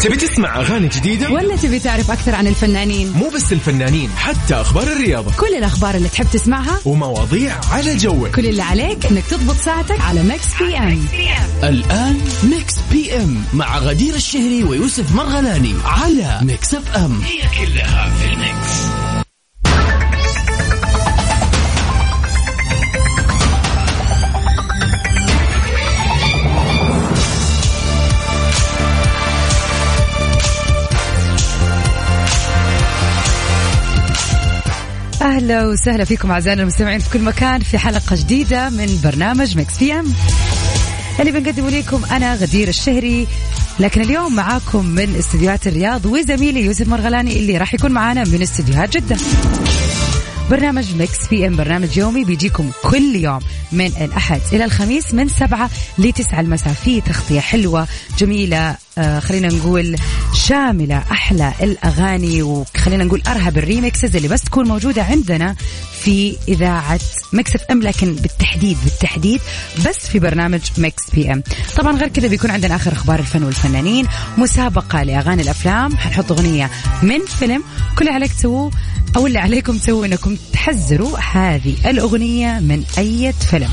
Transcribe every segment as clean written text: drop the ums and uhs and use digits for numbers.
تبي تسمع أغاني جديدة ولا تبي تعرف أكثر عن الفنانين؟ مو بس الفنانين، حتى أخبار الرياضة، كل الأخبار اللي تحب تسمعها ومواضيع على جوك. كل اللي عليك إنك تضبط ساعتك على ميكس بي ام. الآن ميكس بي ام مع غدير الشهري ويوسف مرغلاني على ميكس اف ام. هي كلها في الميكس. أهلا وسهلا فيكم أعزائنا المستمعين في كل مكان في حلقة جديدة من برنامج ميكس بي ام اللي بنقدمه لكم أنا غدير الشهري، لكن اليوم معاكم من استديوهات الرياض وزميلي يوسف مرغلاني اللي راح يكون معانا من استديوهات جدة. برنامج ميكس بي ام برنامج يومي بيجيكم كل يوم من الأحد إلى الخميس من 7 ل9 المساء، فيه تغطية حلوة جميلة، خلينا نقول شاملة، أحلى الأغاني وخلينا نقول أرهب الريميكسز اللي بس تكون موجودة عندنا في إذاعة ميكس اف ام، لكن بالتحديد بس في برنامج ميكس بي ام. طبعا غير كذا بيكون عندنا آخر أخبار الفن والفنانين، مسابقة لأغاني الأفلام، حنحط أغنية من فيلم، كل اللي عليك تسووه أو اللي عليكم تسووا إنكم تحذروا هذه الأغنية من أي فيلم.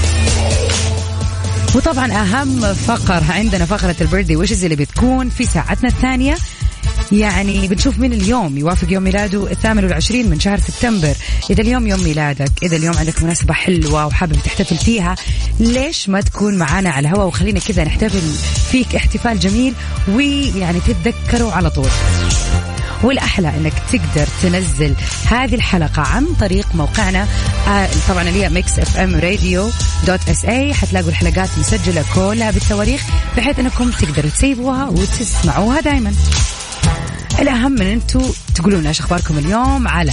وطبعا أهم فقرة عندنا فقرة البيرثدي ويشز اللي بتكون في ساعتنا الثانية، يعني بنشوف من اليوم يوافق يوم ميلاده 28 من شهر سبتمبر. إذا اليوم يوم ميلادك، إذا اليوم عندك مناسبة حلوة وحابب تحتفل فيها، ليش ما تكون معانا على الهواء وخلينا كذا نحتفل فيك احتفال جميل ويعني تتذكروا على طول. والأحلى أنك تقدر تنزل هذه الحلقة عن طريق موقعنا طبعا اللي هي mixfmradio.sa، حتلاقوا الحلقات مسجلة كلها بالتواريخ بحيث أنكم تقدروا تسيبوها وتسمعوها دائما. الأهم من أنتوا تقولون إيش أخباركم اليوم على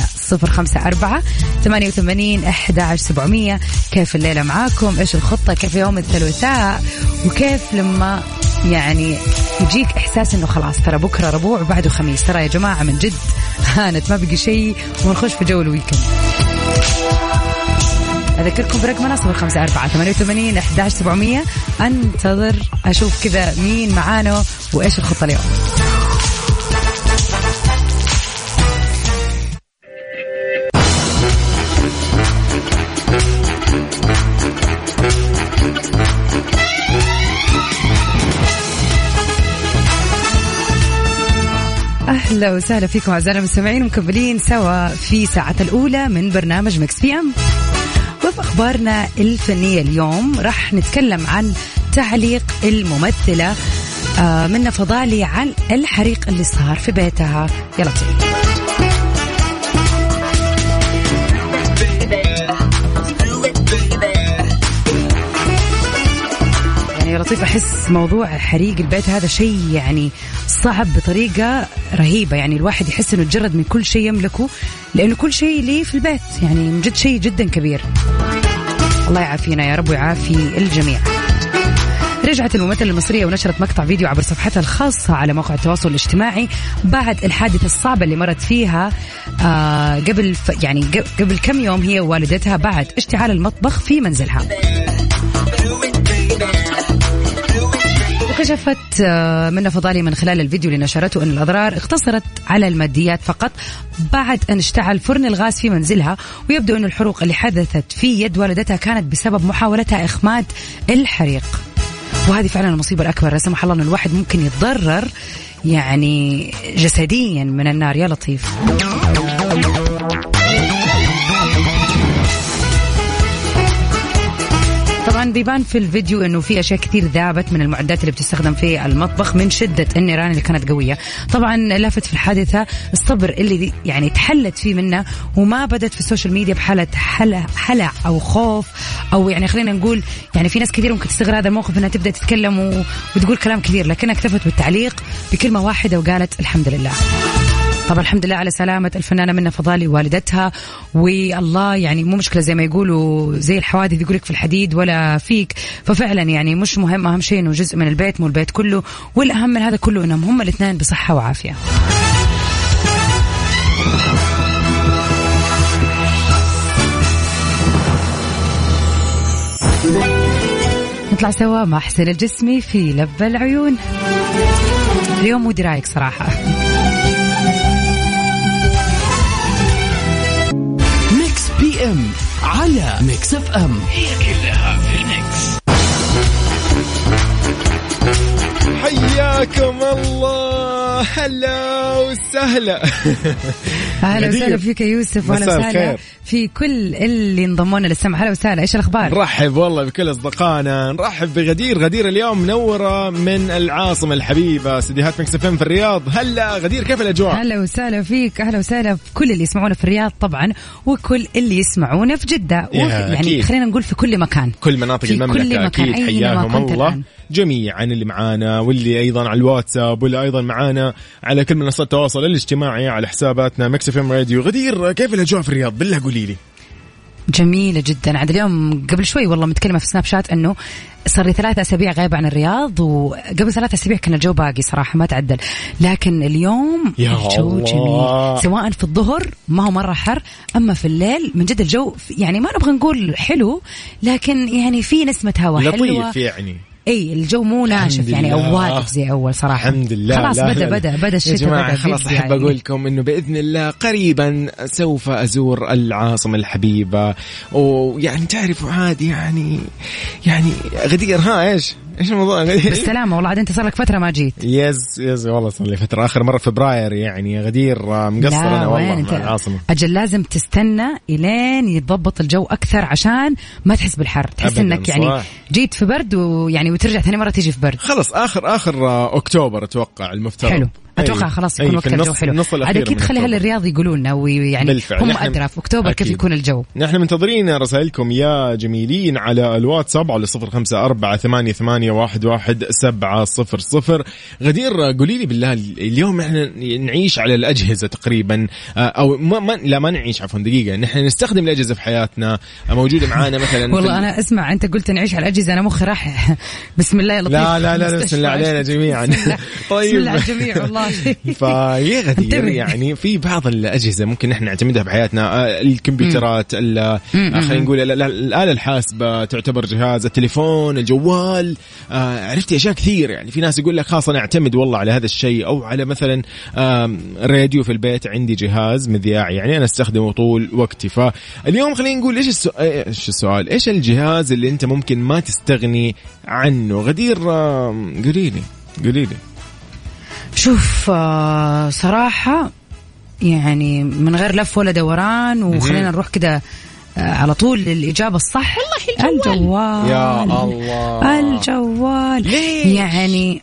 054-88-11-700. كيف الليلة معاكم؟ إيش الخطة؟ كيف يوم الثلاثاء؟ وكيف لما يعني يجيك إحساس إنه خلاص ترى بكرة ربوع وبعده خميس؟ ترى يا جماعة من جد هانت، ما بقي شيء ونخش في جو الويكند. أذكركم برقمنا 054-88-11-700. أنتظر أشوف كذا مين معانا وإيش الخطة اليوم. أهلا وسهلا فيكم أعزائنا المستمعين، مكملين سوا في ساعة الأولى من برنامج ميكس بي ام. وفي أخبارنا الفنية اليوم راح نتكلم عن تعليق الممثلة منى فضالي عن الحريق اللي صار في بيتها. يلا طيب. يا لطيف، أحس موضوع حريق البيت هذا شيء يعني صعب بطريقة رهيبة، يعني الواحد يحس إنه تجرد من كل شيء يملكه لأنه كل شيء ليه في البيت، يعني من جد شيء جدا كبير. الله يعافينا يا رب ويعافي الجميع. رجعت الممثلة المصرية ونشرت مقطع فيديو عبر صفحتها الخاصة على موقع التواصل الاجتماعي بعد الحادثة الصعبة اللي مرت فيها قبل كم يوم هي ووالدتها بعد اشتعال المطبخ في منزلها. كشفت منى فضالي من خلال الفيديو اللي نشرته أن الأضرار اقتصرت على الماديات فقط بعد أن اشتعل فرن الغاز في منزلها، ويبدو أن الحروق اللي حدثت في يد والدتها كانت بسبب محاولتها إخماد الحريق. وهذه فعلا المصيبة الأكبر، لا سمح الله أن الواحد ممكن يتضرر يعني جسديا من النار. يا لطيف. طبعا بيبان في الفيديو انه في اشياء كثير ذابت من المعدات اللي بتستخدم في المطبخ من شدة النيران اللي كانت قوية. طبعا لافت في الحادثة الصبر اللي يعني تحلت فيه منه، وما بدت في السوشيال ميديا بحالة حلع او خوف، او يعني خلينا نقول يعني في ناس كثير ممكن تستغل هذا الموقف انها تبدأ تتكلم وتقول كلام كثير، لكنها اكتفت بالتعليق بكلمة واحدة وقالت الحمد لله. طبعا الحمد لله على سلامة الفنانة منى فضالي ووالدتها، والله يعني مو مشكلة زي ما يقولوا زي الحوادث يقولك في الحديد ولا فيك، ففعلا يعني مش مهم، أهم شيء إنه جزء من البيت مو البيت كله، والأهم من هذا كله إنهم هم الاثنين بصحة وعافية. نطلع سوا مع حسين الجسمي في لب العيون. اليوم مودي رايق صراحة. ميكس بي ام على ميكس اف ام، هي كلها في الميكس. حياكم الله، هلا وسهلا. أهلا وسهلا فيك يوسف، وأهلا وسهلا في كل اللي انضمونا للسمع. هلا وسهلا، إيش الأخبار؟ نرحب والله بكل أصدقائنا، نرحب بغدير اليوم منورة من العاصمة الحبيبة استديوهات ميكس اف ام في الرياض. هلا غدير، كيف الأجواء؟ أهلا وسهلا فيك، أهلا وسهلا في كل اللي يسمعونا في الرياض طبعا، وكل اللي يسمعونا في جدة، يعني أكيد. خلينا نقول في كل مكان، كل مناطق المملكة أكيد. حياهم الله جميعا اللي معانا، واللي أيضا على الواتساب، واللي أيضا معانا على كل منصات التواصل الاجتماعي على حساباتنا ميكس اف ام راديو. غدير، كيف الأجواء في الرياض؟ بالله قولي لي. جميلة جدا. عاد اليوم قبل شوي والله متكلمة في سناب شات أنه صار لي 3 أسابيع غايبة عن الرياض، وقبل 3 أسابيع كان الجو باقي صراحة ما تعدل، لكن اليوم الجو جميل، سواء في الظهر ما هو مرة حر، أما في الليل من جد الجو يعني ما نبغى نقول حلو، لكن يعني في نسمة هواء حلوة يعني. اي الجو مو ناشف يعني او واقف زي اول صراحه. الحمد لله. خلاص بدا الشتاء بدا. خلاص احب اقول لكم انه باذن الله قريبا سوف ازور العاصمه الحبيبه، ويعني تعرفوا عادي يعني غدير. ايش الموضوع؟ بالسلامه والله. عاد انت صار لك فتره ما جيت. يس والله صار لي فتره، اخر مره فبراير يعني غدير. مقصر انا والله مع العاصمه. اجل لازم تستنى الين يتضبط الجو اكثر عشان ما تحس بالحر، تحس انك يعني جيت في برد ويعني وترجع ثاني مره تيجي في برد. خلاص اخر اكتوبر اتوقع المفترض. حلو. اتوقع خلاص يكون وقت الجو حلو. عاد اكيد خلي اهل الرياض يقولوا لنا، ويعني هم ادرى في اكتوبر كيف يكون الجو. نحن منتظرين رسائلكم يا جميلين على الواتساب على 0548811700. غدير قولي لي بالله، اليوم احنا نعيش على الاجهزه تقريبا، او ما نعيش، عفوا دقيقه، نحن نستخدم الاجهزه في حياتنا موجوده معانا مثلا. والله انا اسمع انت قلت نعيش على الاجهزه، انا مخي راح بسم الله لطيف. لا بسم الله علينا جميعا. طيب بسم الله الجميع والله. فيا غدير يعني في بعض الأجهزة ممكن نحن نعتمدها بحياتنا، الكمبيوترات، خلينا نقول الآلة الحاسبة تعتبر جهاز، التليفون، الجوال، عرفتي أشياء كثير. يعني في ناس يقول لك خاصة نعتمد والله على هذا الشيء، أو على مثلا راديو في البيت، عندي جهاز مذياع يعني أنا استخدمه طول وقتي. فاليوم خلينا نقول إيش السؤال، إيش الجهاز اللي أنت ممكن ما تستغني عنه؟ غدير قولي لي. شوف صراحة يعني من غير لف ولا دوران، وخلينا نروح كده على طول للإجابة الصح. الجوال. يا الله الجوال. ليش؟ يعني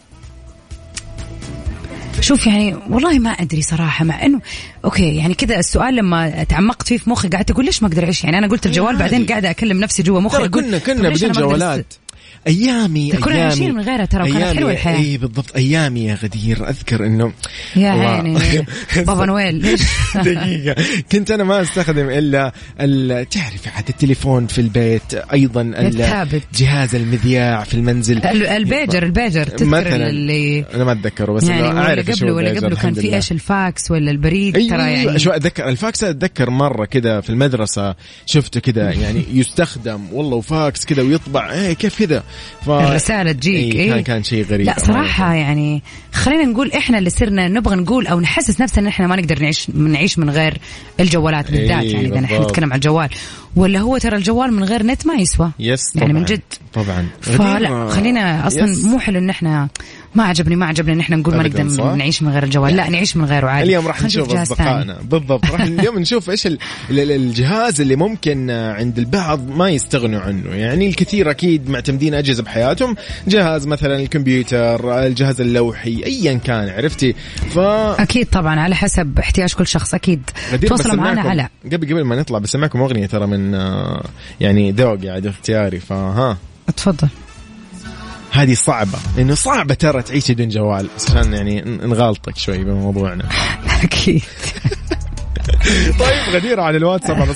شوف يعني والله ما أدري صراحة، مع إنه أوكي يعني كده السؤال لما تعمقت فيه في مخي قاعدة أقول ليش ما أقدر أعيش. يعني أنا قلت الجوال بعدين قاعدة أكلم نفسي جوا مخي كنا بدون جوالات. أيامي كنا عايشين من غيرها ترى، وكانت حلوة الحياة. أي بالضبط، أيامي يا غدير أذكر إنه يا عيني بابا نويل ليش دقيقة كنت أنا ما أستخدم إلا تعرف عاد التليفون في البيت، أيضا جهاز المذياع في المنزل، البيجر تذكر اللي أنا ما أتذكره، بس يعني أعرف ولا قبله كان في إيش الفاكس ولا البريد. ترى يعني شو أتذكر الفاكس، أتذكر مرة كده في المدرسة شفته كده يعني يستخدم والله، وفاكس كده ويطبع كيف كده الرسالة تجيك. كان شيء غريب. لا صراحة يعني خلينا نقول إحنا اللي صرنا نبغى نقول أو نحسس نفسنا إن إحنا ما نقدر نعيش من غير الجوالات بالذات. يعني إذا نحن نتكلم عن الجوال، ولا هو ترى الجوال من غير نت ما يسوى. يعني طبعاً. من جد طبعا. فلا خلينا أصلا مو حلو إن إحنا ما عجبني إن إحنا نقول ما نقدر نعيش من غير الجوال. لا نعيش من غيره عادي. اليوم راح نشوف أصدقائنا بالضبط. راح اليوم نشوف إيش الجهاز اللي ممكن عند البعض ما يستغنوا عنه. يعني الكثير أكيد معتمدين أجهزة بحياتهم، جهاز مثلا الكمبيوتر، الجهاز اللوحي، أيا كان، عرفتي. أكيد طبعا على حسب احتياج كل شخص. أكيد تواصلوا معنا على قبل ما نطلع بسمعكم أغنية ترى من يعني ذوقي عاد اختياري. اتفضل. هذه صعبة، إنه صعبة ترى تعيش بدون جوال، عشان يعني نغلطك شوي بموضوعنا. أكيد. طيب غدير على الواتساب على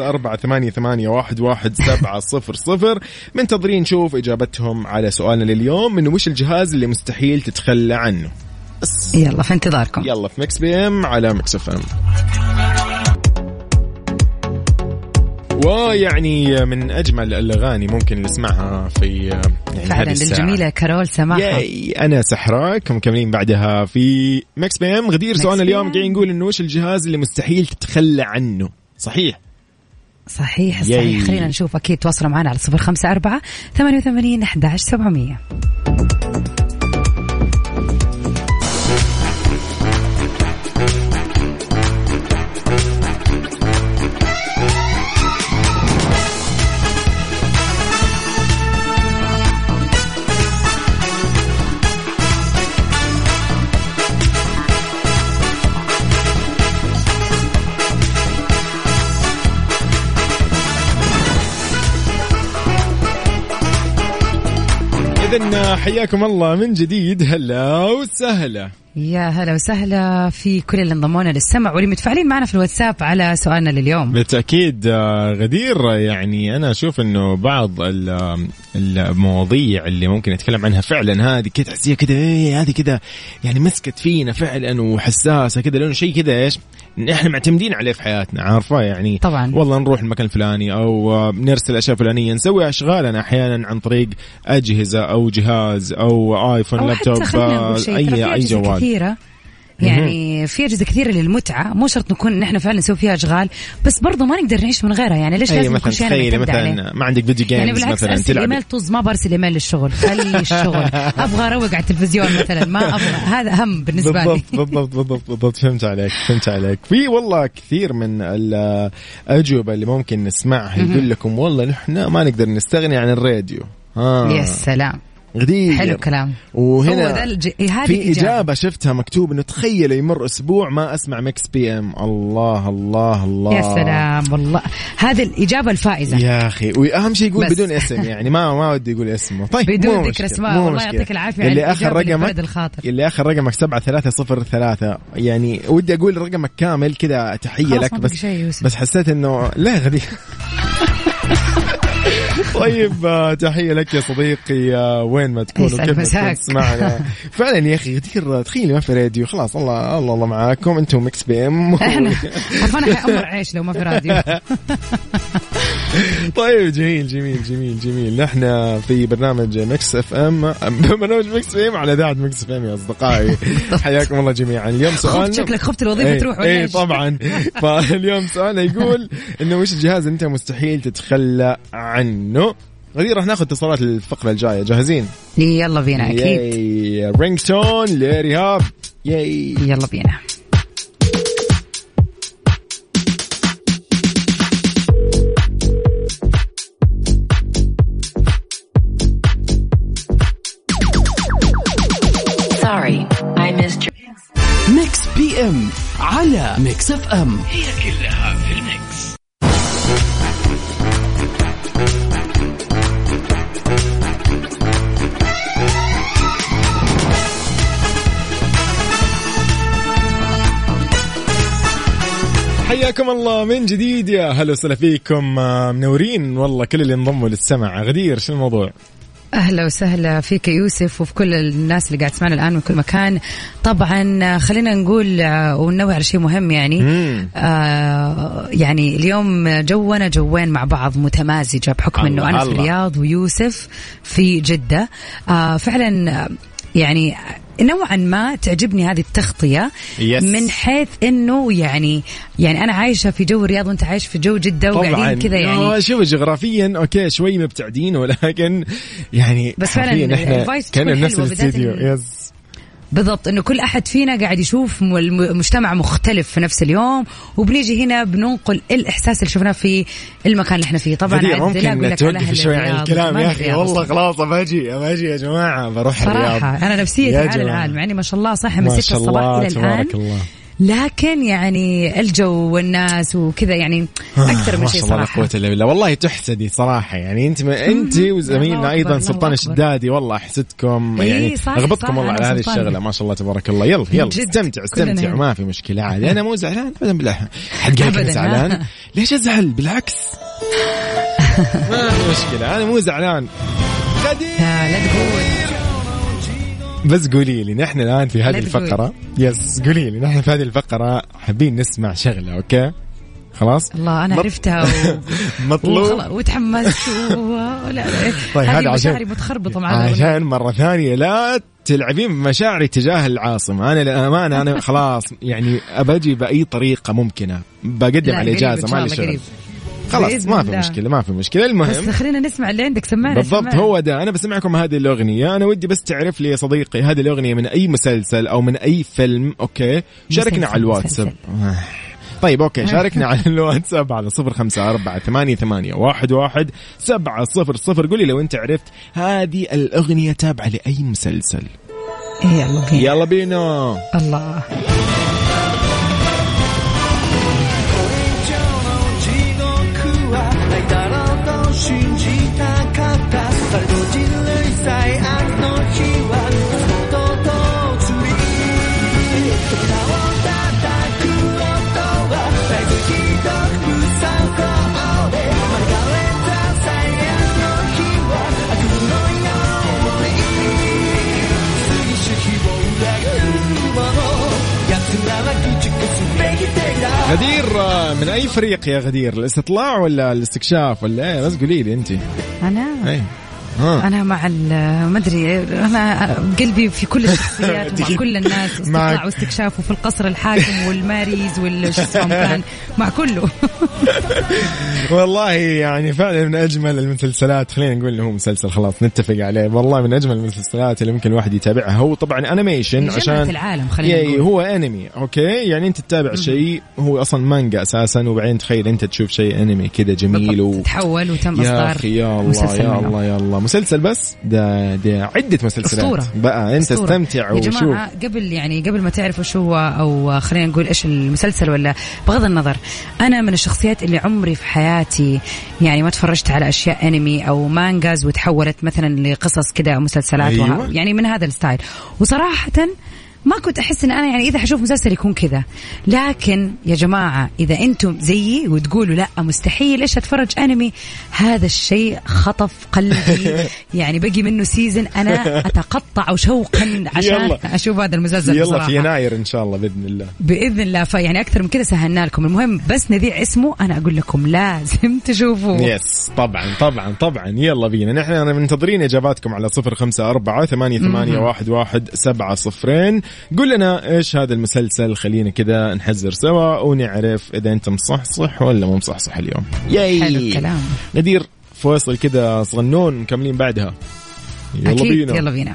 0548811700 منتظرين نشوف إجابتهم على سؤالنا لليوم، إنه وش الجهاز اللي مستحيل تتخلى عنه. بس يلا في انتظاركم. يلا في ميكس بي ام على ميكس اف ام. ويعني من أجمل الأغاني ممكن نسمعها في يعني فعلا للجميلة كارول سماحة. أنا سحراك مكملين بعدها في مكس بي ام. غدير سؤالنا اليوم قاعدين نقول إنه وش الجهاز اللي مستحيل تتخلى عنه؟ صحيح خلينا نشوف. أكيد تواصلوا معنا على 054-88-11-700. إذن حياكم الله من جديد. هلا وسهلا، يا هلا وسهلا في كل اللي انضمونا للسمع واللي متفاعلين معنا في الواتساب على سؤالنا لليوم. بالتأكيد غدير، يعني أنا أشوف إنه بعض المواضيع اللي ممكن نتكلم عنها فعلا هذه كده تحسيها كده هذه كده يعني مسكت فينا فعلا وحساسة كده، لأنه شيء كده إيش إحنا معتمدين عليه في حياتنا، عارفة يعني. طبعا والله نروح المكان الفلاني أو نرسل أشياء فلانية، نسوي أشغالنا أحيانا عن طريق أجهزة أو جهاز أو آيفون لابتوب أي جوال كثيرة. يعني في أجهزة كثيرة للمتعة، مو شرط نكون نحن فعلا نسوي فيها أشغال، بس برضو ما نقدر نعيش من غيرها. يعني ليش لازم نكون شيء مثلا ما عندك فيديو جيمز يعني بالعكس مثلا تلعب إيميل طز، ما برسل إيميل للشغل، خلي الشغل. أبغى أروق على التلفزيون مثلا، ما أبغى، هذا أهم بالنسبة لي. بالضبط فهمت عليك. في والله كثير من الأجوبة اللي ممكن نسمعها يقول لكم والله نحن ما نقدر نستغني عن الراديو. يا سلام، غدير حلو الكلام. وهنا في إجابة شفتها مكتوب إنه تخيل يمر أسبوع ما أسمع مكس بي ام. الله الله الله، يا سلام والله، هذه الإجابة الفائزة يا أخي. وأهم شيء يقول بدون اسم، يعني ما ودي يقول اسمه. طيب بدون ذكر اسماء، والله يعطيك العافية. اللي آخر رقمك 7303، يعني ودي أقول رقمك كامل كذا تحية لك، بس حسيت إنه لا غدير. طيب تحية لك يا صديقي، وين ما تكون وكيف تسمعنا. فعلا يا أخي غدير، تخيلي ما في راديو، خلاص الله معاكم أنتم مكس بي ام. أنا حأمر عيش لو ما في راديو. طيب جميل. نحن في برنامج مكس اف ام، برنامج مكس بي ام على إذاعة مكس اف ام يا أصدقائي. حياكم الله جميعا. اليوم سؤال شكلك خفت الوظيفة تروح ولا إيه طبعا. فاليوم سؤالنا يقول إنه وش الجهاز أنت مستحيل تتخلى عنه؟ غدير راح ناخذ اتصالات الفقرة الجاية، جاهزين؟ يلا بينا. أكيد رينغتون لرهاب. يلا بينا. ميكس بي ام على ميكس اف ام، هي كلها في الميكس. حياكم الله من جديد، يا هلا وسهلا فيكم، منورين والله كل اللي انضموا للسمع. غدير شو الموضوع؟ أهلا وسهلا فيك يوسف وفي كل الناس اللي قاعد تسمعنا الآن من كل مكان. طبعا خلينا نقول وننوه على شيء مهم، يعني يعني اليوم جوين مع بعض متمازجة بحكم أنه أنا في الرياض ويوسف في جدة. فعلا يعني نوعا ما تعجبني هذه التغطية من حيث انه يعني انا عايشة في جو الرياض وانت عايش في جو جدة وقاعدين كذا، يعني شوف جغرافيا اوكي شوي مبتعدين، ولكن يعني بس فعلا كان نفس الاستديو. بالضبط، انه كل احد فينا قاعد يشوف مجتمع مختلف في نفس اليوم، وبنيجي هنا بننقل الاحساس اللي شفناه في المكان اللي احنا فيه. طبعا ممكن توقف شوي عن الكلام يا اخي، والله خلاص باجي يا جماعه، بروح الرياض صراحه. انا نفسيتي على العال، مع اني ما شاء الله صاحي من 6 الصباح الى الان، لكن يعني الجو والناس وكذا يعني أكثر من شيء صراحة. والله تحسدي صراحة، يعني أنت وزميلنا أيضا سلطان الشدادي، والله أحسدكم يعني أغبطكم والله على هذه الشغلة، ما شاء الله تبارك الله. يلا استمتع ما في مشكلة عادي. أنا مو زعلان أبدا، بالله حد قال زعلان، ليش أزعل؟ بالعكس ما في مشكلة، أنا مو زعلان. لا تقول، بس قولي لي نحن الآن في هذه الفقرة، قولي لي نحن في هذه الفقرة حابين نسمع شغلة، أوكي خلاص الله أنا عرفتها مطلوب وتحمست لا طيب هذا مشاعري متخربطة معنا. عشان مرة ثانية لا تلعبين بمشاعري تجاه العاصمة. أنا للأمانة أنا خلاص يعني أبجي بأي طريقة ممكنة بقدم على إجازة ما لي شغل خلاص ما في مشكلة المهم بس خلينا نسمع اللي عندك. سمعنا بالضبط هو ده. أنا بسمعكم هذه الأغنية. أنا ودي بس تعرف لي يا صديقي هذه الأغنية من أي مسلسل أو من أي فيلم. أوكي شاركنا على الواتساب. طيب أوكي شاركنا على الواتساب على 0548811700. قولي لو أنت عرفت هذه الأغنية تابعة لأي مسلسل. يلا بينا. الله غدير من أي فريق يا غدير؟ الاستطلاع ولا الاستكشاف ولا إيه؟ بس قولي لي أنت. أنا مع ما أدري أنا قلبي في كل الشخصيات ومع كل الناس استطلاع واستكشاف وفي القصر الحاكم والماريز والشسوم كان مع كله. والله يعني فعلا من أجمل المسلسلات. خلينا نقول إنه هو مسلسل خلاص نتفق عليه. والله من أجمل المسلسلات اللي ممكن الواحد يتابعها. هو طبعا أنيميشن عشان العالم خلينا نقول هو أنمي. أوكي يعني أنت تتابع شيء هو أصلا مانجا أساسا وبعدين تخيل أنت تشوف شيء أنمي كده جميل تتحول وتم إصدار. يا الله يا الله مسلسل بس ده عدة مسلسلات أسطورة. بقى أنت أسطورة. استمتع يا جماعة قبل ما تعرفوا شو هو أو خلينا نقول إيش المسلسل ولا بغض النظر أنا من الشخصيات اللي عمري في حياتي يعني ما تفرجت على أشياء أنمي أو مانجاز وتحولت مثلا لقصص كده مسلسلات. أيوة. يعني من هذا الستايل. وصراحة ما كنت أحس إن أنا يعني إذا حشوف مسلسل يكون كذا. لكن يا جماعة إذا أنتم زيي وتقولوا لا مستحيل إيش أتفرج أنمي هذا الشيء خطف قلبي. يعني بقي منه سيزن أنا أتقطع شوقا عشان أشوف هذا المسلسل. يلا في يناير إن شاء الله بإذن الله. فيعني أكثر من كذا سهلنا لكم. المهم بس نذيع اسمه أنا أقول لكم لازم تشوفوه. يس طبعا يلا بينا. نحن منتظرين إجاباتكم على 0548811700. قول لنا إيش هذا المسلسل. خلينا كذا نحذر سوا ونعرف إذا أنت مصحصح ولا مو مصحصح اليوم. حلو الكلام. ندير فاصل كذا صغنون مكملين بعدها. يلا بينا.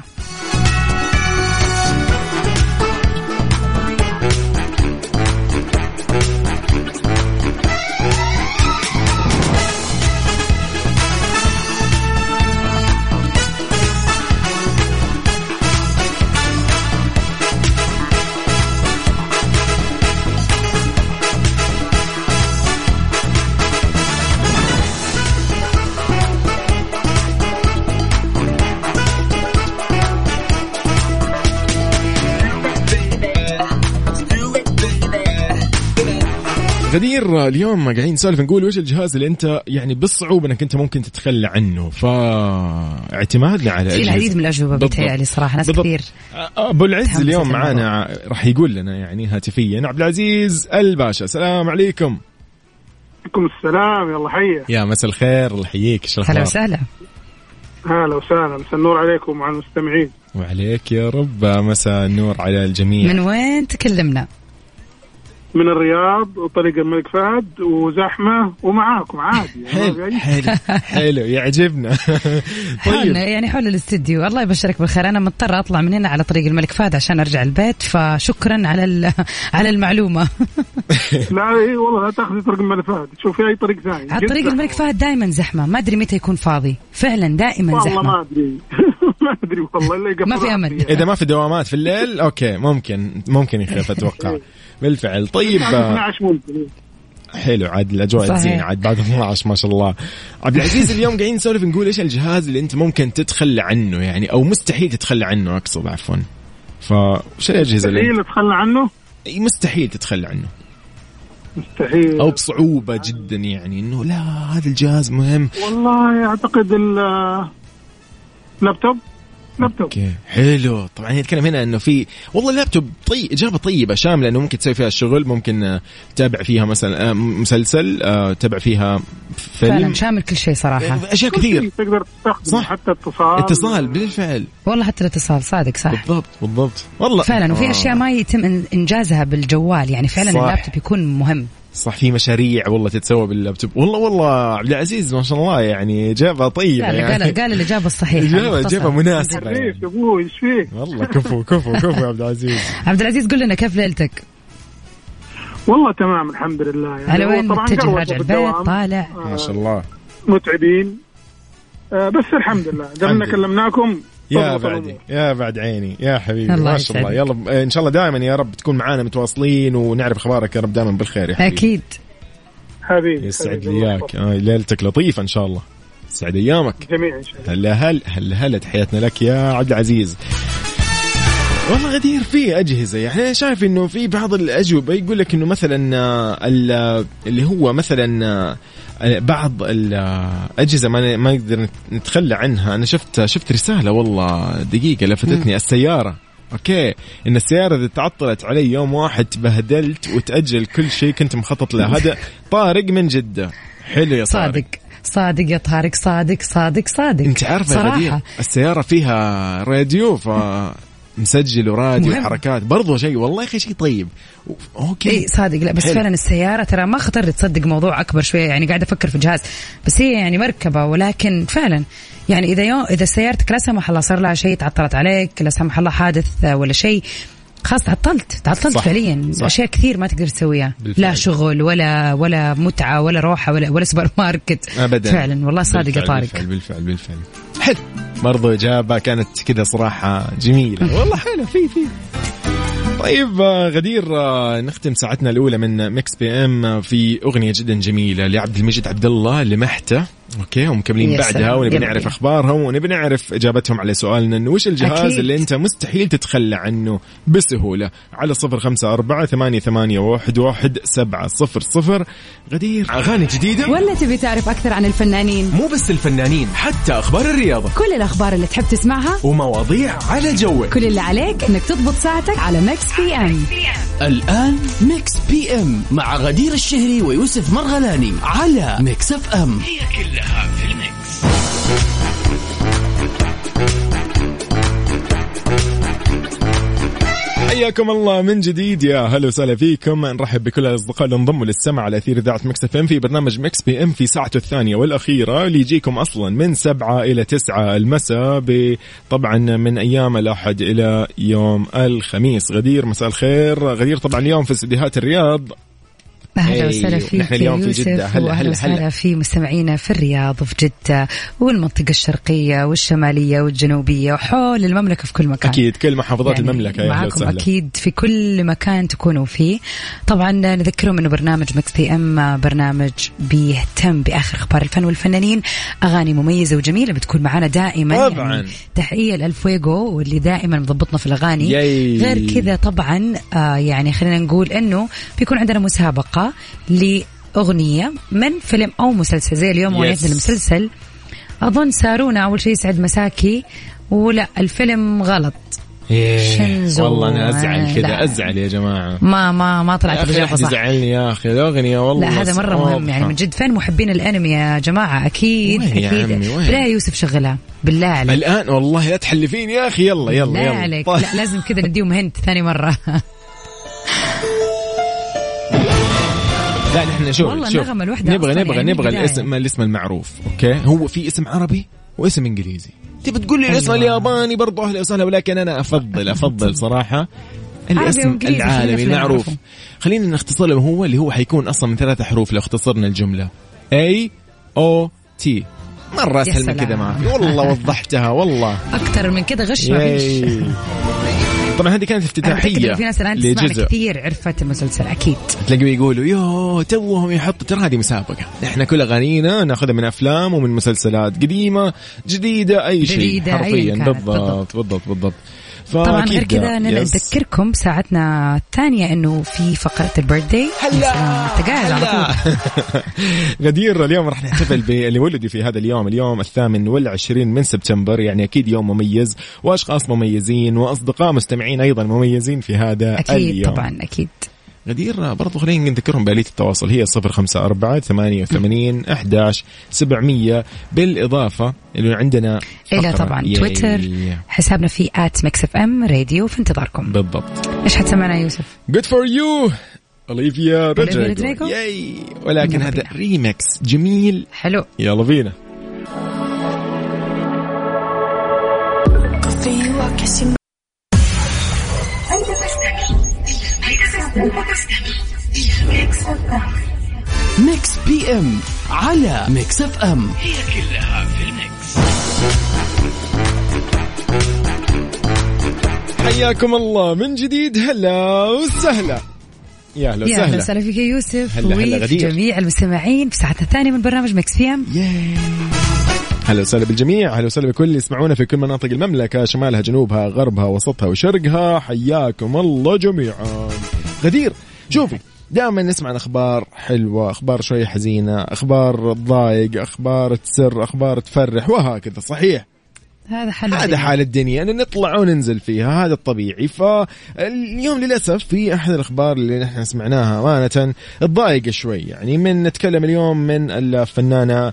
غدير اليوم قاعدين نسولف نقول وش الجهاز اللي انت يعني بالصعوبة انك انت ممكن تتخلى عنه. فاعتمادنا على في العديد من الأجوبة بتهيألي صراحة ناس كثير. أبو العز اليوم معانا راح يقول لنا يعني هاتفيا. عبد العزيز الباشا السلام عليكم. عليكم السلام. يلا حيا يا مساء الخير. الله يحييك. هلا وسهلا. هلا وسهلا. مساء النور عليكم وعلى المستمعين. وعليك يا رب. مساء النور على الجميع. من وين تكلمنا؟ من الرياض وطريق الملك فهد وزحمة ومعاكم عادي. حلو يعجبنا. طيب يعني حول الاستديو. الله يبشرك بالخير. أنا مضطرة أطلع من هنا على طريق الملك فهد عشان أرجع البيت. فشكرا على المعلومة. لا والله لا تأخذي طريق الملك فهد. شوفي أي طريق ثاني. على طريق الملك فهد دائما زحمة. ما أدري متى يكون فاضي. فعلا دائما زحمة. والله ما أدري. ما أدري والله اللي ما في أمل. إذا ما في دوامات في الليل أوكي ممكن يخاف أتوقع. بالفعل. طيب حلو عاد الأجواء تزين عاد بعد 12 ما شاء الله. عبد العزيز اليوم قاعدين نسولف نقول إيش الجهاز اللي أنت ممكن تتخلى عنه يعني أو مستحيل تتخلى عنه أقصد عفوا. فش الأجهزة اللي مستحيل تتخلى عنه؟ مستحيل تتخلى عنه. مستحيل أو بصعوبة جدا يعني إنه لا هذا الجهاز مهم. والله أعتقد اللابتوب. لابتوب. اوكي حلو. طبعا نتكلم هنا انه في والله اللابتوب اجابه طيبه شامله، انه ممكن تسوي فيها الشغل، ممكن تتابع فيها مثلا مسلسل، تتابع فيها فيلم، فعلا شامل كل شيء صراحه، اشياء كثير تقدر تستخدم، حتى اتصال بالفعل. والله حتى الاتصال صادق صح بالضبط والله فعلا. وفي اشياء ما يتم انجازها بالجوال، يعني فعلا اللابتوب يكون مهم. صح، في مشاريع والله تتسوى باللابتوب. والله عبد العزيز ما شاء الله يعني إجابة طيبة، يعني قال الإجابة الصحيحة، إجابة مناسبة يعني. أبوي إيش فيك والله كفو يا عبد العزيز. عبد العزيز قل لنا كيف ليلتك؟ والله تمام الحمد لله. يعني على وين تجي راجع البيت طالع؟ ما شاء الله متعبين، بس الحمد لله قبلنا كلمناكم. يا بعد عيني يا حبيبي، ما شاء الله. يلا إن شاء الله دائما يا رب تكون معانا متواصلين ونعرف أخبارك يا رب دائما بالخير يا حبيبي. أكيد حبيبي، يسعد لي إياك. ليلتك لطيفة إن شاء الله، يسعد أيامك جميع إن شاء الله. هلا تحياتنا لك يا عبد العزيز. والله غدير في أجهزة، يعني شايف إنه في بعض الأجوبة يقول لك إنه مثلا اللي هو مثلا بعض الأجهزة ما نقدر نتخلى عنها. أنا شفت رسالة والله دقيقة لفتتني. السيارة أوكي، إن السيارة إذا تعطلت علي يوم واحد تبهدلت وتأجل كل شيء كنت مخطط له. هذا طارق من جدة. حلو يا طارق. صادق يا طارق، صادق. أنت عارفة السيارة فيها راديو مسجل وراديو وحركات برضو شيء، والله يا أخي شيء طيب. أوكي إيه صادق. لا بس فعلا السيارة ترى ما خطر تصدق، موضوع أكبر شوية يعني. قاعدة أفكر في الجهاز، بس هي يعني مركبة، ولكن فعلا يعني إذا سيارتك لا سمح الله صار لها شيء، تعطلت عليك لا سمح الله حادث ولا شيء، خلاص تعطلت فعليا. أشياء كثير ما تقدر تسويها، لا شغل ولا متعة ولا روحة ولا سوبر ماركت أبدا. فعلا والله صادق يا طارق. بالفعل حلو. برضو إجابة كانت كذا صراحة جميلة والله. حلو في طيب غدير، نختم ساعتنا الأولى من ميكس بي ام في أغنية جدا جميلة لعبد المجيد عبد الله اللي محته. اوكي، ومكملين بعدها ونبي نعرف اخبارهم ونبي نعرف اجابتهم على سؤالنا انه وش الجهاز أكيد اللي انت مستحيل تتخلى عنه بسهوله. على 0548811700. غدير، اغاني جديده ولا تبي تعرف اكثر عن الفنانين؟ مو بس الفنانين، حتى اخبار الرياضه، كل الاخبار اللي تحب تسمعها ومواضيع على جوك. كل اللي عليك انك تضبط ساعتك على ميكس بي ام. الان ميكس بي ام مع غدير الشهري ويوسف مرغلاني على ميكس اف ام. هي كلها في الميكس. حياكم الله من جديد، يا هلا وسهلا فيكم. نرحب بكل الأصدقاء اللي انضموا للسمع على أثير إذاعة ميكس اف ام في برنامج ميكس بي ام في ساعته الثانية والأخيرة اللي يجيكم أصلا من 7 إلى 9 المساء، طبعا من أيام الأحد إلى يوم الخميس. غدير مساء الخير. غدير طبعا اليوم في استديوهات الرياض. أهلا وسهلا فيك يوسف، وأهلا وسهلا في مستمعينا في الرياض وفي جدة والمنطقة الشرقية والشمالية والجنوبية وحول المملكة في كل مكان. أكيد كل محافظات يعني المملكة معكم أكيد في كل مكان تكونوا فيه. طبعا نذكرهم أنه برنامج ميكس بي ام برنامج بيهتم بآخر أخبار الفن والفنانين، أغاني مميزة وجميلة بتكون معنا دائما طبعا. يعني تحية للفويجو واللي دائما مضبطنا في الأغاني. غير كذا طبعا يعني خلينا نقول أنه بيكون عندنا مسابقة لأغنية من فيلم أو مسلسل. زي اليوم وعيتنا المسلسل، أظن سارونا أول شيء يسعد مساكي، ولا الفيلم غلط. شنزو. والله أنا أزعل كذا، أزعل يا جماعة. ما طلعت الإجابة صح. زعلني يا أخي الأغنية والله. لا هذا مرة مهم يعني من جد. فين محبين الأنمي يا جماعة؟ أكيد أكيد. لا يوسف شغلها بالله عليك الآن، والله لا تحلفين يا أخي. يلا لا عليك. لا لازم كذا نديهم هنت ثاني مرة. لا نحن شوف نبغى الاسم المعروف. اوكي، هو في اسم عربي واسم انجليزي. تبي تقول لي الاسم الياباني برضه اهلا وسهلا، ولكن انا افضل صراحه الاسم العالمي المعروف. خلينا نختصر له، هو اللي هو حيكون اصلا من 3 حروف لو اختصرنا الجمله AOT. مرة اسهل من كذا ما في. والله وضحتها والله. اكثر من كذا غش ما فيش. طبعا هذه كانت افتتاحية. في ناس الآن تسمعنا كثير عرفت المسلسل أكيد. تلاقوا يقولوا يو توهم يحطوا، ترى هذه مسابقة. إحنا كل أغانينا ناخذها من أفلام ومن مسلسلات قديمة جديدة أي شيء حرفيا. بالضبط. طبعا غير كذا نذكركم ساعتنا الثانية انه في فقرة البيرثدي. هلا تقاعد على طول. غدير اليوم راح نحتفل باللي ولدوا في هذا اليوم 28 من سبتمبر، يعني اكيد يوم مميز واشخاص مميزين واصدقاء مستمعين ايضا مميزين في هذا أكيد اليوم. طبعا اكيد. غدير برضو خلينا نذكرهم بآلية التواصل، هي 0548811700 بالإضافة اللي عندنا إلى طبعا تويتر حسابنا في @mixfm راديو في انتظاركم. بالضبط. إيش حتسمعنا يوسف؟ Good for you أوليفيا رودريغو. ياي ولكن هذا ريمكس جميل حلو. يلا بينا. ميكس بي ام على ميكس اف ام، هي كلها في الميكس. حياكم الله من جديد. هلا وسهلا. يا هلا وسهلا. يا هلا وسهلا فيك يوسف وفي جميع المستمعين في ساعتنا الثانية من برنامج ميكس بي ام. هلا وسهلا بالجميع، هلا وسهلا بكل اللي يسمعونا في كل مناطق المملكة، شمالها جنوبها غربها وسطها وشرقها. حياكم الله جميعا. غدير شوفي دائما نسمع عن أخبار حلوة، أخبار شوية حزينة، أخبار تضايق، أخبار تسر، أخبار تفرح وهكذا. صحيح هذا حال الدنيا أن نطلع وننزل فيها، هذا الطبيعي. فاليوم للأسف في أحد الأخبار اللي نحن سمعناها أمانة تضايق شوي. يعني نتكلم اليوم من الفنانة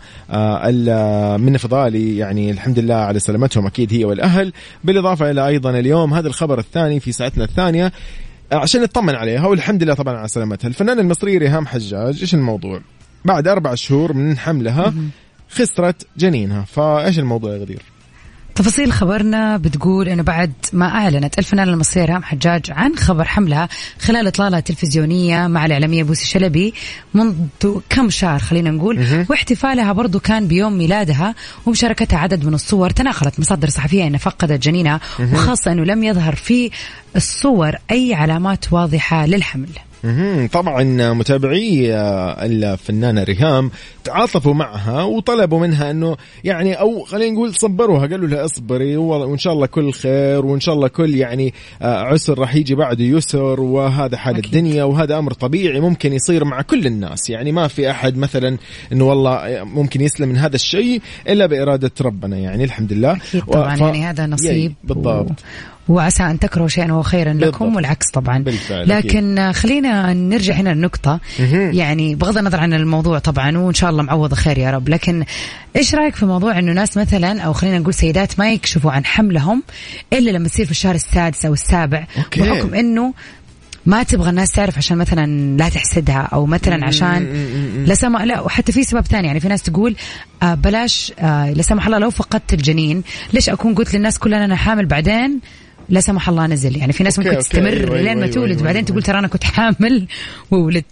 من فضالي، يعني الحمد لله على سلامتهم أكيد هي والأهل. بالإضافة إلى أيضا اليوم هذا الخبر الثاني في ساعتنا الثانية عشان نطمن عليها والحمد لله طبعا على سلامتها. الفنانة المصرية ريهام حجاج، إيش الموضوع؟ بعد 4 شهور من حملها خسرت جنينها. فإيش الموضوع يا غدير؟ تفاصيل خبرنا بتقول أنه بعد ما أعلنت الفنانة المصرية ريهام حجاج عن خبر حملها خلال إطلالة تلفزيونية مع الإعلامية بوسي شلبي منذ كم شهر خلينا نقول، واحتفالها برضو كان بيوم ميلادها ومشاركتها عدد من الصور. تناقلت مصادر صحفية أن فقدت جنينها، وخاصة أنه لم يظهر في الصور أي علامات واضحة للحمل. طبعا متابعي الفنانة ريهام تعاطفوا معها وطلبوا منها انه يعني او خلينا نقول صبروها، قالوا لها اصبري وان شاء الله كل خير وان شاء الله كل يعني عسر راح يجي بعده يسر، وهذا حال أكيد. الدنيا وهذا امر طبيعي ممكن يصير مع كل الناس. يعني ما في احد مثلا انه والله ممكن يسلم من هذا الشيء الا بإرادة ربنا، يعني الحمد لله أكيد طبعا يعني هذا نصيب بالضبط. وعسى أن تكرهوا شيئا وهو خيرا لكم والعكس طبعا بالفعل. لكن خلينا نرجع هنا النقطة، يعني بغض النظر عن الموضوع طبعا وإن شاء الله معوض خير يا رب، لكن إيش رأيك في موضوع إنه ناس مثلا أو خلينا نقول سيدات ما يكشفوا عن حملهم إلا لما تصير في الشهر السادس أو السابع، بحكم إنه ما تبغى الناس تعرف عشان مثلا لا تحسدها أو مثلا عشان لا سمح لا، وحتى في سبب ثاني. يعني في ناس تقول بلاش لا سمح الله لو فقدت الجنين ليش أكون قلت للناس كلنا أنا حامل بعدين لا سمح الله نزل. يعني في ناس ممكن تستمر لين ما تولد بعدين تقول ترى أنا كنت حامل وولد.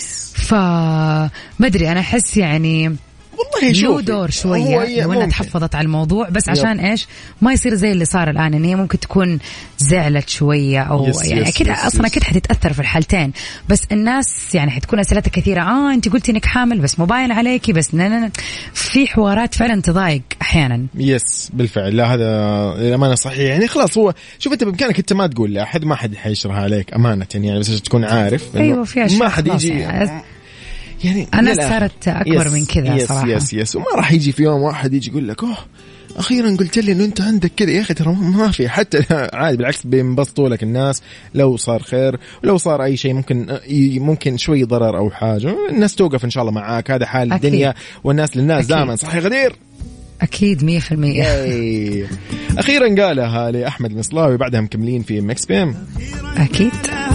فما أدري أنا أحس يعني والله له دور شوية لو أنها تحفظت على الموضوع، بس عشان إيش ما يصير زي اللي صار الآن، إن هي ممكن تكون زعلت شوية أو يعني أكيد أصلا أكيد حتتأثر في الحالتين. بس الناس يعني حتكون أسئلتها كثيرة، أنت قلتي إنك حامل بس مباين عليكي بس في حوارات فعلا تضايق أحيانا. بالفعل. لا هذا الأمانة صحيح. يعني خلاص هو شوف أنت بإمكانك أنت ما تقول لأحد، ما حد حيشرها عليك أمانة يعني بس عشان تكون عارف أيوة ما حد يجي يعني أنا صارت أكبر من كذا صراحة. وما راح يجي في يوم واحد يجي يقول لك أخيرا قلت لي إنه أنت عندك كذا. يا أخي ترى ما في حتى عادي، بالعكس بينبسطوا لك الناس لو صار خير، ولو صار أي شيء ممكن شوي ضرر أو حاجة الناس توقف إن شاء الله معاك. هذا حال أكيد. الدنيا والناس للناس دائما. صح يا غدير؟ أكيد 100%. أخيرا قالها لأحمد المصلاوي بعدها مكملين في ميكس بي ام. أكيد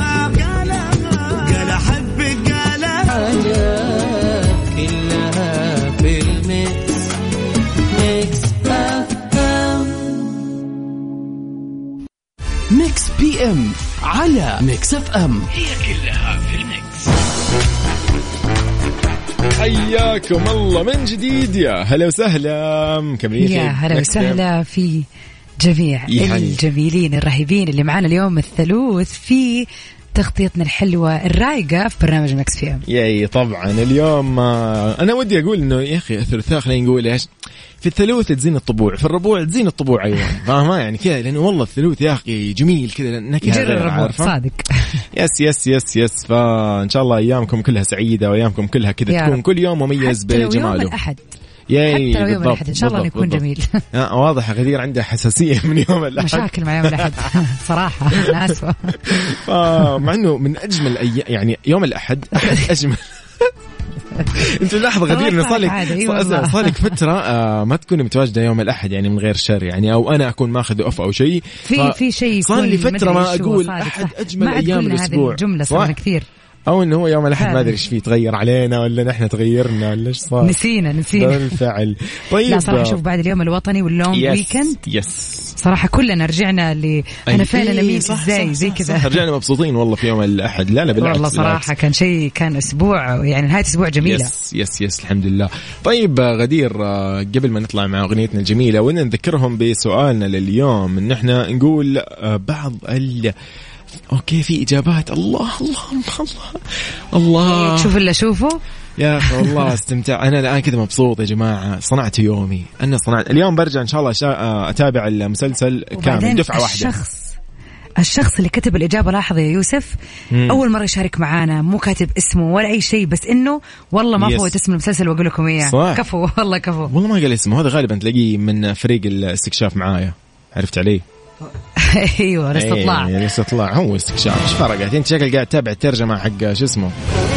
ميكس بي ام على ميكس اف ام، هي كلها في الميكس. حياكم الله من جديد. يا هلا وسهلا مكملين. يا هلا وسهلا في جميع الجميلين الرهيبين اللي معانا اليوم الثلاث في تغطيتنا الحلوة الرايقة في برنامج مكس بي ام. ياي طبعا اليوم أنا ودي أقول إنه يا أخي الثلاثاء خلينا نقول إيش، في الثلوث تزين الطبوع، في الربوع تزين الطبوع أيضا، فاهمة يعني كذا، لأنه والله الثلوث يا أخي جميل كذا نكهة غير عارفة. صادق. يس يس يس يس. فإن شاء الله أيامكم كلها سعيدة وأيامكم كلها كذا تكون كل يوم مميز بجماله. يوم الأحد. حتى لو يوم الأحد إن شاء الله يكون جميل. واضح غدير عنده حساسية من يوم الأحد. مشاكل مع يوم الأحد صراحة أنا آسفة. مع إنه من أجمل يعني يوم الأحد أجمل. انت لاحظ غدير انه صار لك فتره ما تكوني متواجده يوم الاحد يعني من غير شر يعني، او انا اكون ماخذ اوف او شيء في شيء صار لي فتره ما اقول احد اجمل ايام الاسبوع. هذه الجمله صار كثير، او انه هو يوم الاحد ما ادري ايش فيه تغير علينا ولا نحن تغيرنا ولا ايش صار، نسينا بالفعل. طيب لا صراحه شوف بعد اليوم الوطني واللونج ويكند صراحه كلنا رجعنا انا فعلا امين زي كذا رجعنا مبسوطين والله في يوم الاحد. لا بالعكس والله صراحه كان اسبوع يعني نهايه اسبوع جميله. يس الحمد لله. طيب غدير قبل ما نطلع مع اغنيتنا الجميله ودنا نذكرهم بسؤالنا لليوم، ان احنا نقول بعض اوكي في اجابات. الله تشوف اللي اشوفه يا اخي والله استمتع. انا الان كذا مبسوط يا جماعه، صنعت يومي. انا صنعت اليوم برجع ان شاء الله اتابع المسلسل كامل دفعه واحده. الشخص اللي كتب الإجابة لاحظ يا يوسف أول مرة يشارك معانا، مو كاتب اسمه ولا أي شيء، بس إنه والله ما فوت اسم المسلسل وأقول لكم إياه. كفو والله كفو. والله ما قال اسمه، هذا غالبا تلاقيه من فريق الاستكشاف معايا، عرفت عليه. ايوه الاستطلاع هو استكشاف. ايش فرقت انت شكل قاعد تتابع الترجمه حق شو اسمه.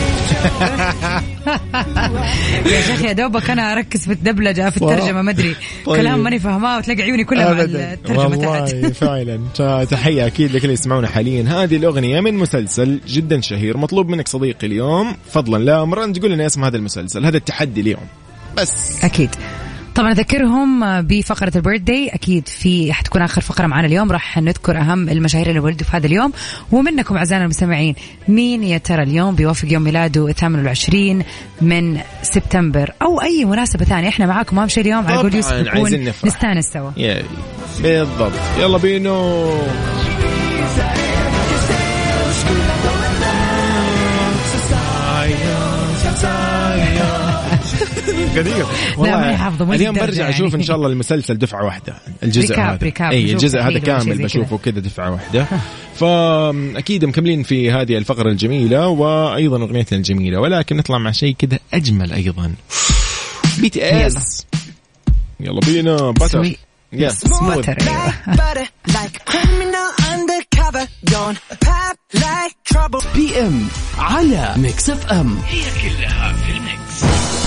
يا شيخ يا دوبك انا اركز في الدبلجه في الترجمه ما ادري كلام ماني فاهماه وتلاقي عيوني كلها مع الترجمه تحت. والله فعلا. تحيه اكيد لكل اللي يسمعونا حاليا. هذه الاغنيه من مسلسل جدا شهير. مطلوب منك صديقي اليوم فضلا لا امرا تقول لنا اسم هذا المسلسل. هذا التحدي اليوم بس. اكيد طبعا أذكرهم بفقرة البيرثدي، أكيد حتكون آخر فقرة معنا اليوم، راح نذكر أهم المشاهير اللي ولدوا في هذا اليوم. ومنكم أعزائنا المستمعين مين يا ترى اليوم بيوافق يوم ميلاده 28 من سبتمبر أو أي مناسبة ثانية؟ إحنا معاكم أهم شيء اليوم على قول يوسف نكون نستانس سوا. بالضبط يلا بينو. قدير والله. اليوم برجع أشوف إن شاء الله المسلسل دفعة واحدة، الجزء هذا الجزء هذا كامل بشوفه كده دفعة واحدة. فأكيد مكملين في هذه الفقرة الجميلة وأيضا أغنيتنا الجميلة، ولكن نطلع مع شيء كده أجمل أيضا. BTS يلا بينا. باتر بي ام على ميكس اف ام، هي كلها في الميكس.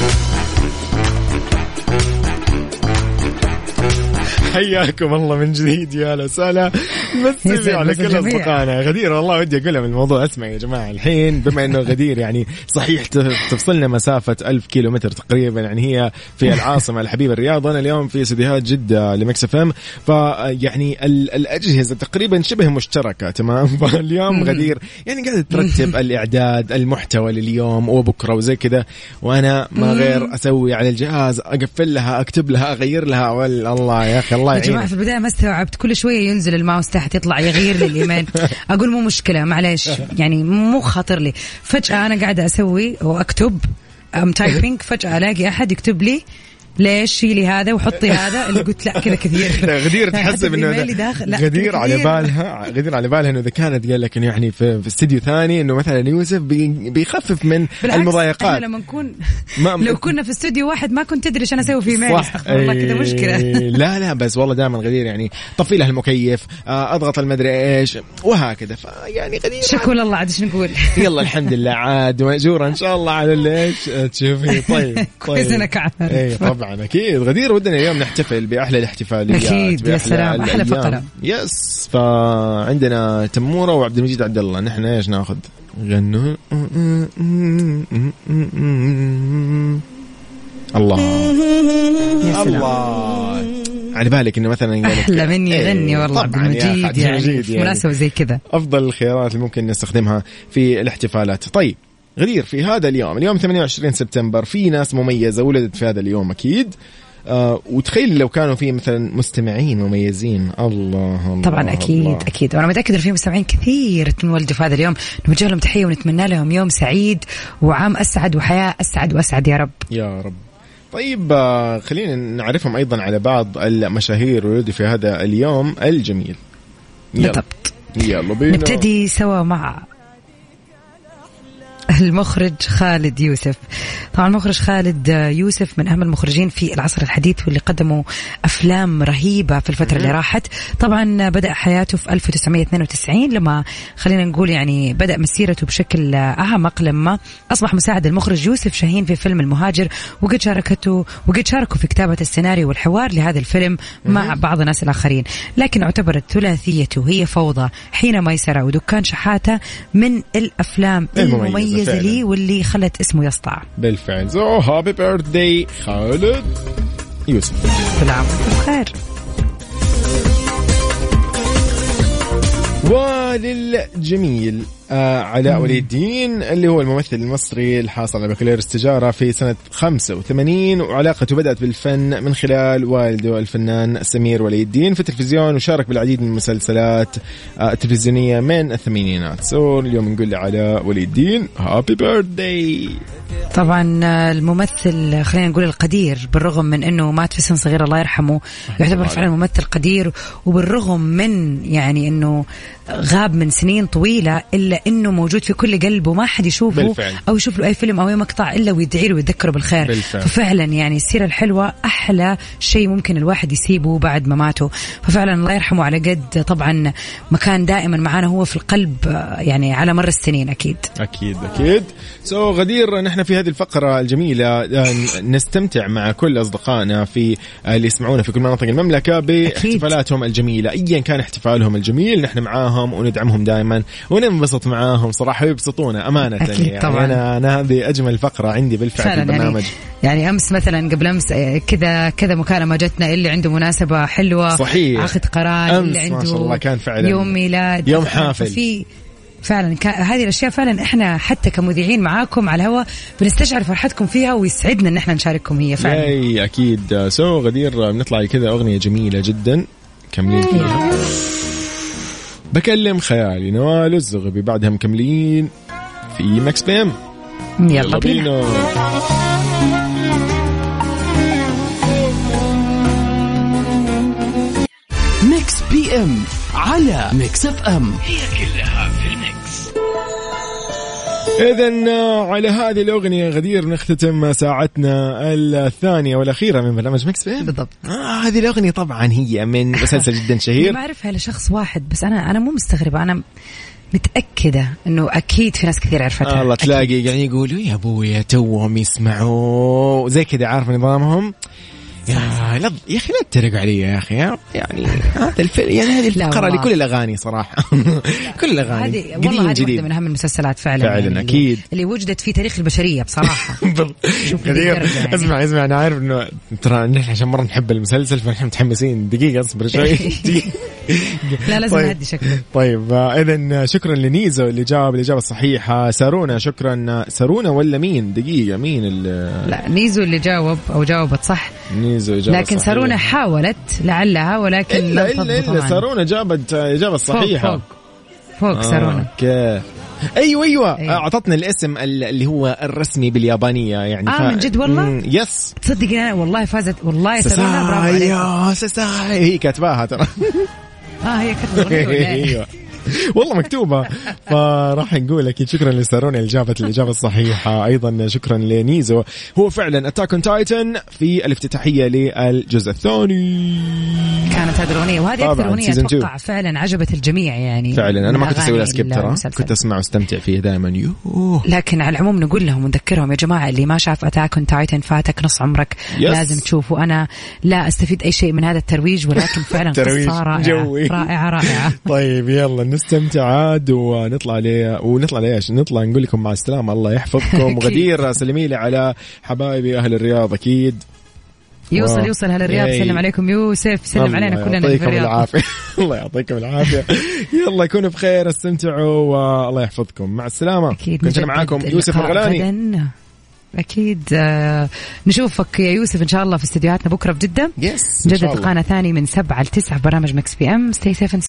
حياكم الله من جديد يا لسالة. بس على كل أصدقائنا غدير والله ودي أقولها من الموضوع. اسمع يا جماعة الحين بما أنه غدير يعني صحيح تفصلنا مسافة 1000 كيلومتر تقريبا، يعني هي في العاصمة الحبيبة الرياض، أنا اليوم في استديوهات جدة لمكس اف ام، فيعني الأجهزة تقريبا شبه مشتركة تمام. فاليوم غدير يعني قاعدة ترتب الإعداد المحتوى لليوم وبكرة وزي كذا، وأنا ما غير أسوي على الجهاز، أقفل لها أكتب لها أغير لها. والله يا أخي الله يا جماعة في البداية ما استوعبت، كل شوية ينزل الماوس تحت يطلع يغير لي الإيميل، أقول مو مشكلة معليش يعني مو خاطر لي. فجأة أنا قاعدة أسوي وأكتب تايبينج، فجأة ألاقي أحد يكتب لي ليش شيلي هذا وحطي هذا، اللي قلت لا كذا كثير. غدير تحسب انه غدير على بالها انه اذا كانت قال لك انه يعني في استديو ثاني انه مثلا يوسف بيخفف من المضايقات. لما نكون لو كنا في استوديو واحد ما كنت تدري ايش انا اسوي في ايميل. والله كذا مشكله. لا بس والله دائما غدير يعني طفي لها المكيف، اضغط المدري ايش وهكذا. فيعني غدير شكرا لله عاد ايش نقول. يلا الحمد لله عاد مأجورة ان شاء الله على ليش تشوفي. طيب كويس انك عارف. طبعا اكيد غدير ودنا اليوم نحتفل باحلى الاحتفاليات. اكيد يا سلام احلى فقره. يس فعندنا تموره وعبد المجيد عبد الله، نحن ايش ناخذ؟ غنوا الله يا سلام. الله على بالك انه مثلا احلى مني يغني والله عبد المجيد يعني في مناسبه زي كذا افضل الخيارات اللي ممكن نستخدمها في الاحتفالات. طيب غدير في هذا اليوم 28 سبتمبر في ناس مميزة ولدت في هذا اليوم أكيد. وتخيل لو كانوا فيه مثلا مستمعين مميزين. الله طبعا أكيد الله. أكيد، وأنا متأكد إن في مستمعين كثير تنولدوا في هذا اليوم، نوجه لهم تحية ونتمنى لهم يوم سعيد وعام أسعد وحياة أسعد وأسعد يا رب يا رب. طيب خلينا نعرفهم أيضا على بعض المشاهير ولدوا في هذا اليوم الجميل. بالضبط، يلا بينا نبتدي سوا مع المخرج خالد يوسف. طبعا المخرج خالد يوسف من أهم المخرجين في العصر الحديث، واللي قدموا أفلام رهيبة في الفترة اللي راحت. طبعا بدأ حياته في 1992 لما خلينا نقول يعني بدأ مسيرته بشكل أعمق لما أصبح مساعد المخرج يوسف شاهين في فيلم المهاجر، وقد شاركوا في كتابة السيناريو والحوار لهذا الفيلم مع بعض الناس الآخرين. لكن اعتبرت ثلاثيته هي فوضى، حين ميسرة، ودكان شحاتة من الأفلام المميزة لي واللي خلت اسمه يسطع بالفعل. هابي بيرثداي خالد يوسف، كل عام بخير. وللجميل علاء ولي الدين اللي هو الممثل المصري الحاصل على بكالوريوس تجارة في سنة 85، وعلاقته بدأت بالفن من خلال والده الفنان سمير ولي الدين في التلفزيون، وشارك بالعديد من المسلسلات التلفزيونية من الثمانينات. اليوم نقول لعلاء ولي الدين هابي بيرثداي. طبعا الممثل خلينا نقول القدير، بالرغم من انه مات في سن صغير الله يرحمه، يعتبر فعلا ممثل قدير، وبالرغم من يعني انه غاب من سنين طويلة إلا إنه موجود في كل قلب، وما حد يشوفه بالفعل. أو يشوف له أي فيلم أو أي مقطع إلا ويدعي له ويذكره بالخير بالفعل. ففعلا يعني السيرة الحلوة أحلى شيء ممكن الواحد يسيبه بعد ما ماته، ففعلا الله يرحمه على قد طبعا مكان دائما معانا هو في القلب يعني على مر السنين. أكيد أكيد أكيد. غدير نحن في هذه الفقرة الجميلة نستمتع مع كل أصدقائنا في اللي يسمعونا في كل مناطق المملكة باحتفالاتهم الجميلة، أيا كان احتفالهم الجميل نحن معاهم وندعمهم دائما وننبسط معاهم صراحة، ويبسطونا أمانة. يعني طبعا. أنا هذه أجمل فقرة عندي بالفعل في البرنامج. يعني أمس مثلا قبل أمس كذا مكالمة جتنا اللي عنده مناسبة حلوة صحيح أخذ قرار، اللي عنده ما شاء الله كان فعلا يوم ميلاد، يوم حافل، في فعلا هذه الأشياء فعلا إحنا حتى كمذيعين معاكم على الهواء بنستشعر فرحتكم فيها، ويسعدنا إن إحنا نشارككم هي فعلا. أي أكيد. غدير بنطلع كذا أغنية جميلة جدا كملين فيها. بكلم خيالي نوال الزغبي، بعدها مكملين في مكس بي ام. يلا بينا. مكس بي ام على مكس اف ام، هي كلها في المكس. إذن على هذه الأغنية غدير نختتم ساعتنا الثانية والأخيرة من برنامج مكس بي ام. بالضبط. هذه الأغنية طبعا هي من مسلسل جدا شهير. ما أعرفها لشخص واحد، بس أنا مو مستغربة، أنا متأكدة إنه أكيد في ناس كثير عرفتها. الله تلاقي يعني يقولوا يا أبويا توهم يسمعوا زي كذا، عارف نظامهم. يا أخي لا تتريق علي يا أخي، يعني هذا الفيلم يعني هذه الفقرة لكل الأغاني صراحة. كل الأغاني والله هذه واحدة من أهم المسلسلات فعلا يعني أكيد اللي وجدت في تاريخ البشرية بصراحة. يعني. اسمع أنا عارف إنه ترى نحن عشان مرة نحب المسلسل فنحن متحمسين. دقيقة أصبر شوي. لا لازم نهدي شكله. طيب إذن شكرا لنيزو اللي جاب الإجابة الصحيحة. سارونا شكرا. سارونا ولا مين؟ دقيقة مين لا نيزو اللي جاوب أو جاوبت صح، لكن سارونا حاولت لعلها، ولكن إلا سارونا جابت إجابة صحيحة فوق سارونا. أوكي. أيوة أعطتنا الاسم اللي هو الرسمي باليابانية يعني. من جد والله. يس تصدق أنا والله فازت والله سارونا، برافو عليك. سساي هي كاتباها ترى. هي كاتبة والله مكتوبة. فراح نقول أكيد شكرا لسارونا اللي جابت الإجابة الصحيحة. أيضا شكرا لنيزو، هو فعلا أتاك أون تايتن في الافتتاحية للجزء الثاني كانت هذه الأغنية، وهذه أكثر أغنية أتوقع فعلا عجبت الجميع يعني. فعلا أنا ما كنت أسوي لها سكيب ترى، كنت أسمع واستمتع فيه دائما. لكن على العموم نقول لهم ونذكرهم يا جماعة اللي ما شاف أتاك أون تايتن فاتك نص عمرك. لازم تشوفوا. أنا لا أستفيد أي شيء من هذا الترويج، ولكن فعلا قصة رائعة. طيب يلا نستمتع عاد ونطلع ليش نطلع نقول لكم مع السلامة، الله يحفظكم. وغدير سلمي لي على حبايبي أهل الرياض أكيد. يوصل أهل الرياض. سلم عليكم يوسف، سلم علينا كلنا في الرياض. الله يعطيكم العافية. يلا يكونوا بخير، استمتعوا والله يحفظكم. مع السلامة. كنت أنا معاكم يوسف مرغلاني. أكيد نشوفك يا يوسف إن شاء الله في استديوهاتنا بكرة في جدة. يس جدة لقانا ثاني من 7 ل 9 في برنامج مكس بي ام. Stay safe and